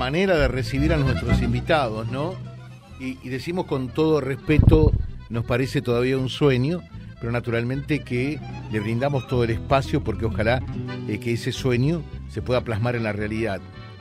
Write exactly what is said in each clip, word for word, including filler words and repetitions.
manera de recibir a nuestros invitados, ¿no? Y, y decimos con todo respeto, nos parece todavía un sueño, pero naturalmente que le brindamos todo el espacio porque ojalá eh, que ese sueño se pueda plasmar en la realidad.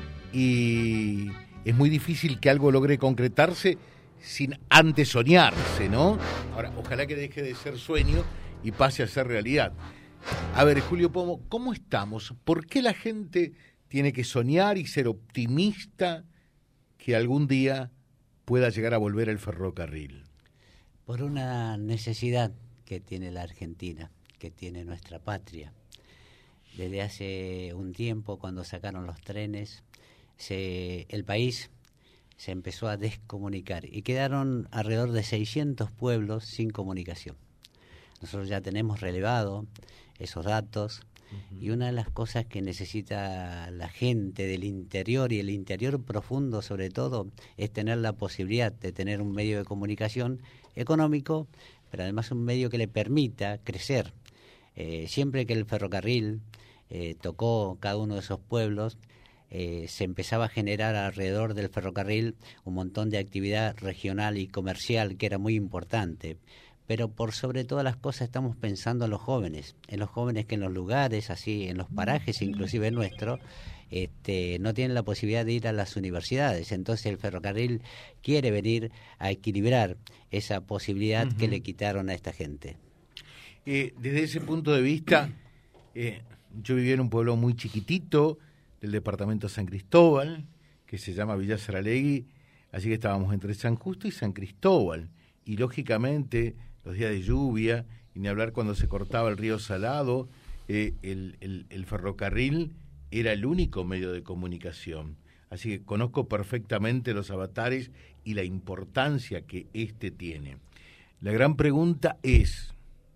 Y es muy difícil que algo logre concretarse sin antes soñarse, ¿no? Ahora, ojalá que deje de ser sueño y pase a ser realidad. A ver, Julio Pomo, ¿cómo estamos? ¿Por qué la gente tiene que soñar y ser optimista que algún día pueda llegar a volver el ferrocarril? Por una necesidad que tiene la Argentina, que tiene nuestra patria. Desde hace un tiempo, cuando sacaron los trenes, se, el país se empezó a descomunicar y quedaron alrededor de seiscientos pueblos sin comunicación. Nosotros ya tenemos relevado esos datos. Uh-huh. Y una de las cosas que necesita la gente del interior, y el interior profundo sobre todo, es tener la posibilidad de tener un medio de comunicación económico, pero además un medio que le permita crecer. Eh, siempre que el ferrocarril eh, tocó cada uno de esos pueblos, eh, se empezaba a generar alrededor del ferrocarril un montón de actividad regional y comercial que era muy importante. Pero por sobre todas las cosas estamos pensando en los jóvenes, en los jóvenes que en los lugares, así, en los parajes, inclusive nuestros, este, no tienen la posibilidad de ir a las universidades. Entonces el ferrocarril quiere venir a equilibrar esa posibilidad uh-huh. que le quitaron a esta gente. Eh, desde ese punto de vista, eh, yo vivía en un pueblo muy chiquitito del departamento de San Cristóbal, que se llama Villa Saralegui, así que estábamos entre San Justo y San Cristóbal, y lógicamente los días de lluvia, y ni hablar cuando se cortaba el río Salado, eh, el, el, el ferrocarril era el único medio de comunicación. Así que conozco perfectamente los avatares y la importancia que este tiene. La gran pregunta es,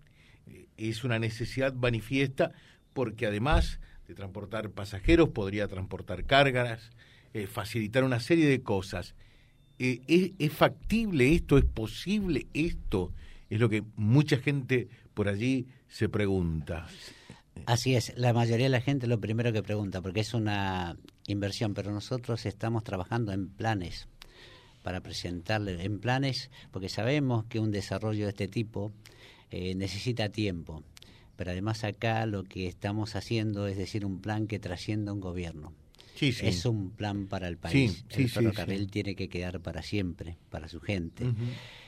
es una necesidad manifiesta porque además de transportar pasajeros, podría transportar cargas, eh, facilitar una serie de cosas. Eh, ¿es, ¿Es factible esto? ¿Es posible esto? Es lo que mucha gente por allí se pregunta. Así es, la mayoría de la gente lo primero que pregunta, porque es una inversión, pero nosotros estamos trabajando en planes para presentarle, en planes, porque sabemos que un desarrollo de este tipo eh, necesita tiempo, pero además acá lo que estamos haciendo es decir un plan que trascienda un gobierno. Sí, sí. Es un plan para el país. Sí, sí, el ferrocarril sí, sí. tiene que quedar para siempre, para su gente. Uh-huh.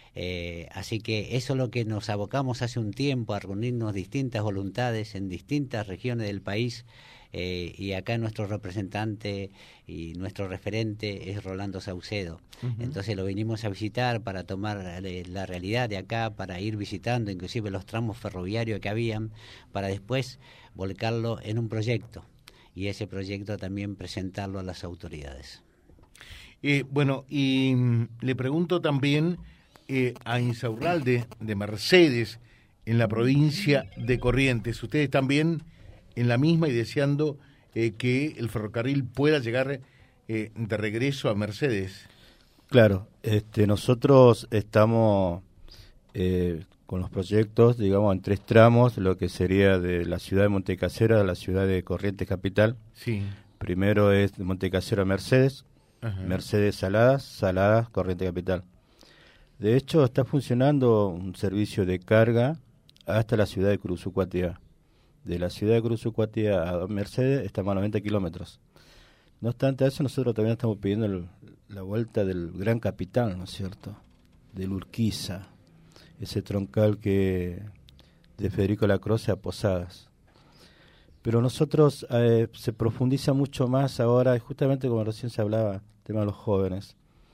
Eh, así que eso es lo que nos abocamos hace un tiempo, a reunirnos distintas voluntades en distintas regiones del país, eh, y acá nuestro representante y nuestro referente es Rolando Saucedo. Uh-huh. Entonces lo vinimos a visitar para tomar la realidad de acá, para ir visitando inclusive los tramos ferroviarios que habían, para después volcarlo en un proyecto. Y ese proyecto también presentarlo a las autoridades. Eh, bueno, y mm, le pregunto también eh, a Insaurralde de Mercedes, en la provincia de Corrientes. Ustedes también en la misma y deseando eh, que el ferrocarril pueda llegar eh, de regreso a Mercedes. Claro, este, nosotros estamos eh, con los proyectos, digamos, en tres tramos, lo que sería de la ciudad de Montecasero a la ciudad de Corrientes Capital. Sí. Primero es de Montecasero a Mercedes, Ajá. Mercedes Saladas, Saladas, Corrientes Capital. De hecho, está funcionando un servicio de carga hasta la ciudad de Curuzucuatía. De la ciudad de Curuzucuatía a Mercedes estamos a noventa kilómetros. No obstante eso, nosotros también estamos pidiendo el, la vuelta del Gran Capital, ¿no es cierto? Del Urquiza, ese troncal que de Federico Lacroze a Posadas. Pero nosotros eh, se profundiza mucho más ahora, justamente como recién se hablaba, el tema de los jóvenes.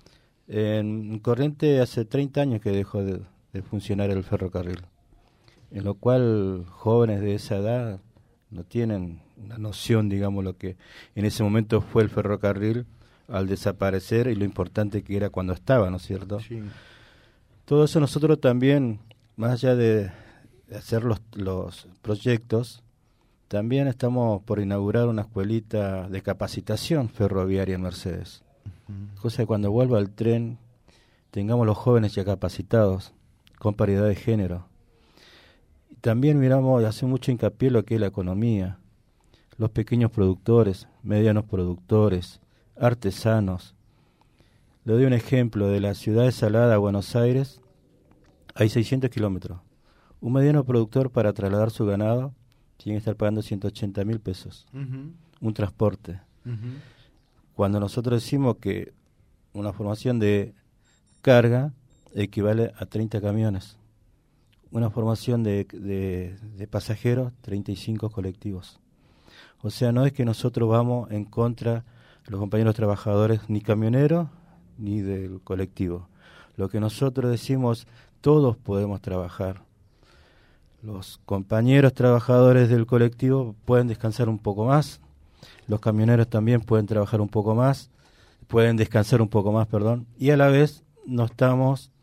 En Corrientes hace treinta años que dejó de, de funcionar el ferrocarril, en lo cual jóvenes de esa edad no tienen una noción, digamos, lo que en ese momento fue el ferrocarril al desaparecer y lo importante que era cuando estaba, ¿no es cierto? Sí. Todo eso nosotros también, más allá de hacer los, los proyectos, también estamos por inaugurar una escuelita de capacitación ferroviaria en Mercedes. Uh-huh. Cosa que cuando vuelva el tren tengamos los jóvenes ya capacitados, con paridad de género. Y también miramos y hacemos mucho hincapié en lo que es la economía, los pequeños productores, medianos productores, artesanos. Le doy un ejemplo, de la ciudad de Salada a Buenos Aires hay seiscientos kilómetros. Un mediano productor para trasladar su ganado tiene que estar pagando ciento ochenta mil pesos. Uh-huh. Un transporte. Uh-huh. Cuando nosotros decimos que una formación de carga equivale a treinta camiones. Una formación de, de, de pasajeros, treinta y cinco colectivos. O sea, no es que nosotros vamos en contra de los compañeros trabajadores, ni camioneros, ni del colectivo. Lo que nosotros decimos, todos podemos trabajar. Los compañeros trabajadores del colectivo pueden descansar un poco más, los camioneros también pueden trabajar un poco más, pueden descansar un poco más, perdón, y a la vez no estamos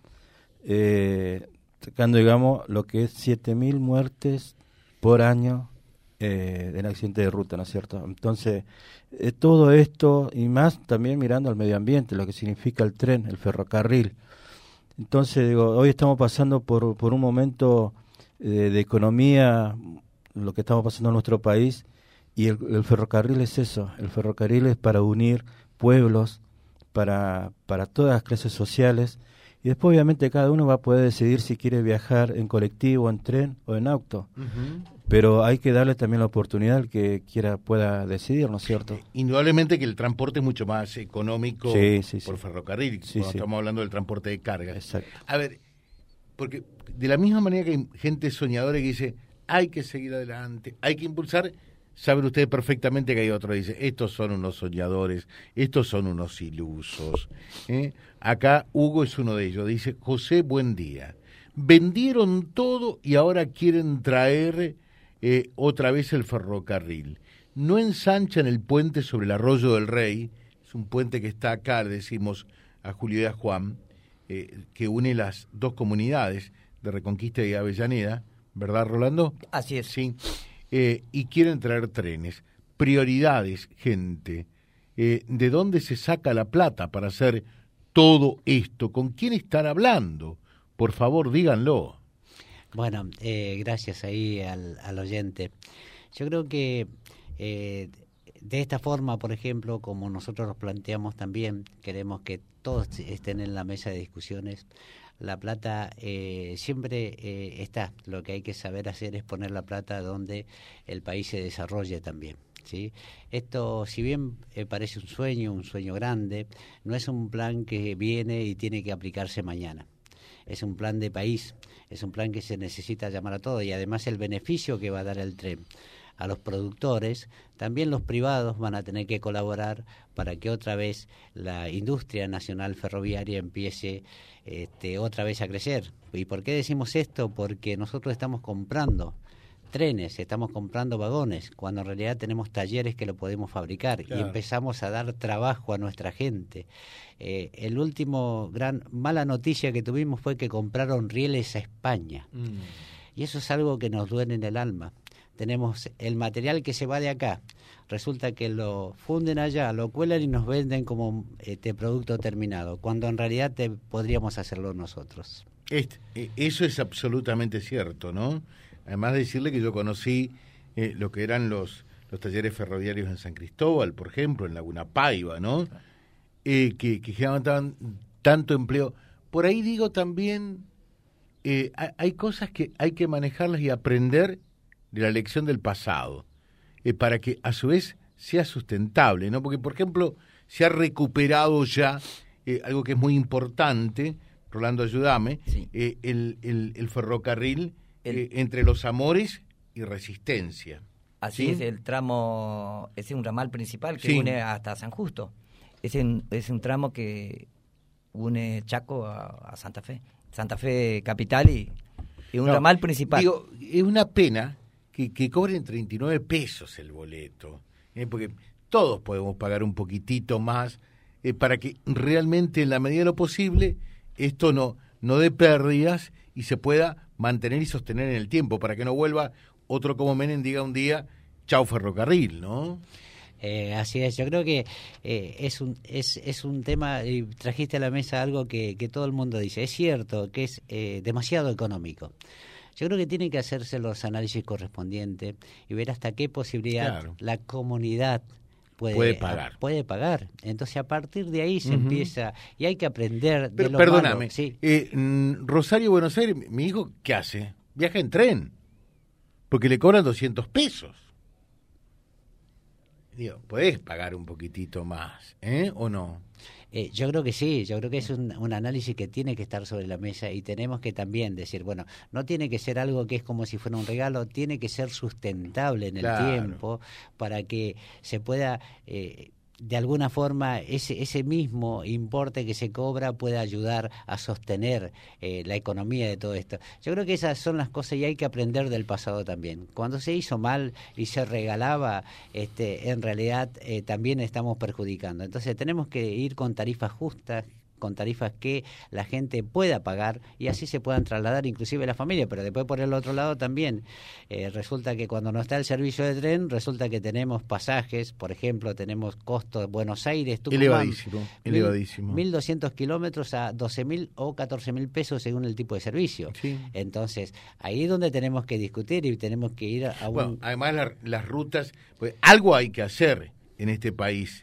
eh, sacando, digamos, lo que es siete mil muertes por año eh, en accidente de ruta, ¿no es cierto? Entonces, eh, todo esto y más también mirando al medio ambiente, lo que significa el tren, el ferrocarril. Entonces, digo, hoy estamos pasando por, por un momento de, de economía, lo que estamos pasando en nuestro país, y el, el ferrocarril es eso, el ferrocarril es para unir pueblos, para, para todas las clases sociales, y después obviamente cada uno va a poder decidir si quiere viajar en colectivo, en tren o en auto, uh-huh. Pero hay que darle también la oportunidad al que quiera pueda decidir, ¿no es cierto? Indudablemente que el transporte es mucho más económico sí, sí, por sí. ferrocarril, sí, cuando sí. estamos hablando del transporte de carga. Exacto. A ver, porque de la misma manera que hay gente soñadora que dice, hay que seguir adelante, hay que impulsar, saben ustedes perfectamente que hay otro que dice, estos son unos soñadores, estos son unos ilusos. ¿eh? Acá Hugo es uno de ellos, dice, José, buen día. Vendieron todo y ahora quieren traer eh, otra vez el ferrocarril. No ensanchan el puente sobre el Arroyo del Rey, es un puente que está acá, le decimos a Julio y a Juan, eh, que une las dos comunidades de Reconquista y Avellaneda, ¿verdad, Rolando? Así es. Sí. Eh, y quieren traer trenes. Prioridades, gente. Eh, ¿De dónde se saca la plata para hacer todo esto? ¿Con quién están hablando? Por favor, díganlo. Bueno, eh, gracias ahí al, al oyente. Yo creo que eh, de esta forma, por ejemplo, como nosotros nos planteamos también, queremos que todos estén en la mesa de discusiones. La plata eh, siempre eh, está. Lo que hay que saber hacer es poner la plata donde el país se desarrolle también, ¿sí? Esto, si bien eh, parece un sueño, un sueño grande, no es un plan que viene y tiene que aplicarse mañana. Es un plan de país, es un plan que se necesita llamar a todo, y además el beneficio que va a dar el tren a los productores, también los privados van a tener que colaborar para que otra vez la industria nacional ferroviaria empiece este, otra vez a crecer. ¿Y por qué decimos esto? Porque nosotros estamos comprando trenes, estamos comprando vagones, cuando en realidad tenemos talleres que lo podemos fabricar, claro. Y empezamos a dar trabajo a nuestra gente. Eh, el último gran mala noticia que tuvimos fue que compraron rieles a España, mm. y eso es algo que nos duele en el alma. Tenemos el material que se va de acá, resulta que lo funden allá, lo cuelan y nos venden como este producto terminado, cuando en realidad te, podríamos hacerlo nosotros. Este, eso es absolutamente cierto, ¿no? Además de decirle que yo conocí eh, lo que eran los, los talleres ferroviarios en San Cristóbal, por ejemplo, en Laguna Paiva, ¿no? Eh, que, que generaban tanto empleo. Por ahí digo también, eh, hay cosas que hay que manejarlas y aprender de la lección del pasado, eh, para que a su vez sea sustentable, ¿no? Porque, por ejemplo, se ha recuperado ya eh, algo que es muy importante, Rolando, ayúdame, sí. eh, el, el, el ferrocarril el... eh, entre Los Amores y Resistencia. Así ¿sí? es, el tramo, ese es un ramal principal que sí. une hasta San Justo. Es un, es un tramo que une Chaco a, a Santa Fe, Santa Fe capital y, y un no, ramal principal. Digo, es una pena que, que cobren treinta y nueve pesos el boleto, ¿eh? Porque todos podemos pagar un poquitito más eh, para que realmente en la medida de lo posible esto no, no dé pérdidas y se pueda mantener y sostener en el tiempo, para que no vuelva otro como Menem diga un día, chau ferrocarril, ¿no? Eh, así es, yo creo que eh, es un es, es un tema, y trajiste a la mesa algo que, que todo el mundo dice, es cierto que es eh, demasiado económico. Yo creo que tienen que hacerse los análisis correspondientes y ver hasta qué posibilidad claro. la comunidad puede, puede pagar. A, puede pagar. Entonces a partir de ahí se uh-huh. empieza, y hay que aprender Pero, de lo perdóname, malo. Sí. eh, Rosario, Buenos Aires, mi hijo, ¿qué hace? Viaja en tren, porque le cobran doscientos pesos. Digo, ¿podés pagar un poquitito más, eh, o no? Eh, yo creo que sí, yo creo que es un, un análisis que tiene que estar sobre la mesa y tenemos que también decir, bueno, no tiene que ser algo que es como si fuera un regalo, tiene que ser sustentable en el claro. tiempo para que se pueda... Eh, de alguna forma ese ese mismo importe que se cobra puede ayudar a sostener eh, la economía de todo esto. Yo creo que esas son las cosas y hay que aprender del pasado también. Cuando se hizo mal y se regalaba, este, en realidad eh, también estamos perjudicando. Entonces tenemos que ir con tarifas justas, con tarifas que la gente pueda pagar y así se puedan trasladar inclusive la familia, pero después por el otro lado también eh, resulta que cuando no está el servicio de tren, resulta que tenemos pasajes, por ejemplo, tenemos costos Buenos Aires, Tucumán, elevadísimo, elevadísimo. mil doscientos kilómetros a doce mil o catorce mil pesos según el tipo de servicio. Sí. Entonces, ahí es donde tenemos que discutir y tenemos que ir a un... Bueno, además la, las rutas, pues algo hay que hacer en este país,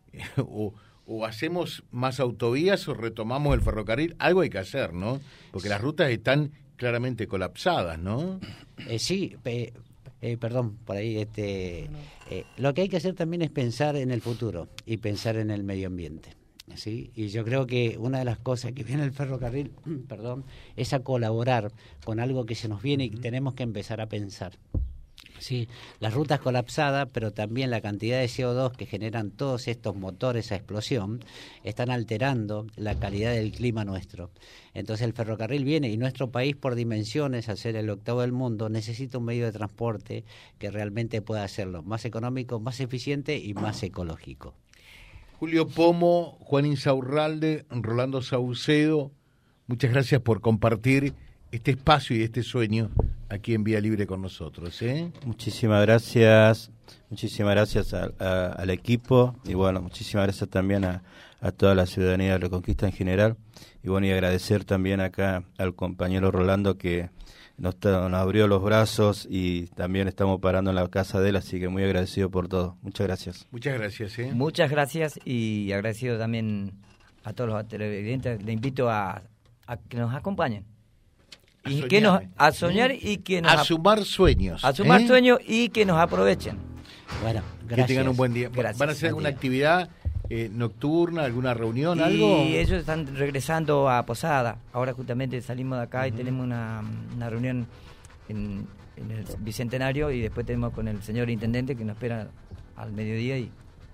o o hacemos más autovías o retomamos el ferrocarril, algo hay que hacer, ¿no? Porque las rutas están claramente colapsadas, ¿no? Eh, sí, eh, eh, perdón, por ahí, este, eh, lo que hay que hacer también es pensar en el futuro y pensar en el medio ambiente, ¿sí? Y yo creo que una de las cosas que viene el ferrocarril, perdón, es a colaborar con algo que se nos viene y tenemos que empezar a pensar. Sí, las rutas colapsadas, pero también la cantidad de C O dos que generan todos estos motores a explosión están alterando la calidad del clima nuestro. Entonces el ferrocarril viene y nuestro país por dimensiones, al ser el octavo del mundo, necesita un medio de transporte que realmente pueda hacerlo más económico, más eficiente y más ecológico. Julio Pomo, Juan Insaurralde, Rolando Saucedo, muchas gracias por compartir este espacio y este sueño aquí en Vía Libre con nosotros, ¿eh? Muchísimas gracias, muchísimas gracias a, a, al equipo y bueno, muchísimas gracias también a, a toda la ciudadanía de Reconquista en general y bueno, y agradecer también acá al compañero Rolando que nos, nos abrió los brazos y también estamos parando en la casa de él, así que muy agradecido por todo. Muchas gracias. Muchas gracias, ¿eh? Muchas gracias y agradecido también a todos los televidentes. Le invito a, a que nos acompañen. A y soñar, que nos a ¿eh? soñar y que nos a sumar sueños, a sumar ¿eh? sueños y que nos aprovechen. Bueno, gracias. Que tengan un buen día. Gracias, ¿Van a hacer buen alguna día. actividad eh, nocturna, alguna reunión, Y algo? ellos están regresando a Posada. Ahora justamente salimos de acá uh-huh. y tenemos una, una reunión en, en el Bicentenario y después tenemos con el señor Intendente que nos espera al mediodía y,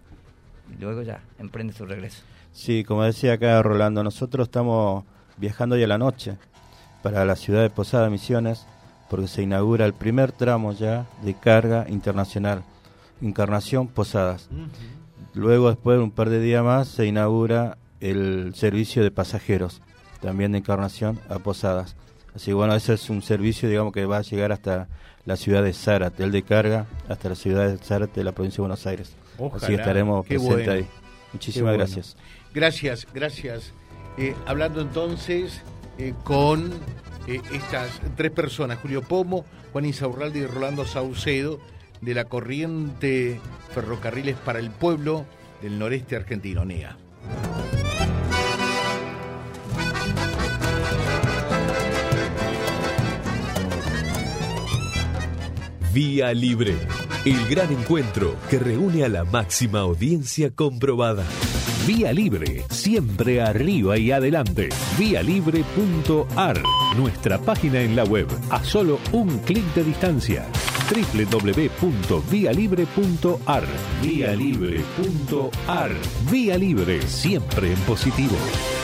y luego ya emprende su regreso. Sí, como decía acá Rolando, nosotros estamos viajando hoy a la noche para la ciudad de Posada Misiones, porque se inaugura el primer tramo ya de carga internacional, Encarnación Posadas. Uh-huh. Luego, después de un par de días más, se inaugura el servicio de pasajeros, también de Encarnación a Posadas. Así que bueno, ese es un servicio, digamos, que va a llegar hasta la ciudad de Zárate, el de carga, hasta la ciudad de Zárate de la provincia de Buenos Aires. Ojalá. Así que estaremos Qué presentes bueno. ahí. Muchísimas Qué gracias. Bueno. Gracias, gracias. Eh, hablando entonces... Eh, con eh, estas tres personas, Julio Pomo, Juan Insaurralde y Rolando Saucedo, de la corriente Ferrocarriles para el Pueblo del Noreste Argentino, N E A. Vía Libre, el gran encuentro que reúne a la máxima audiencia comprobada. Vía Libre, siempre arriba y adelante. vía libre punto a r, nuestra página en la web, a solo un clic de distancia. doble u doble u doble u punto vía libre punto a r. vía libre punto a r. Vía Libre, siempre en positivo.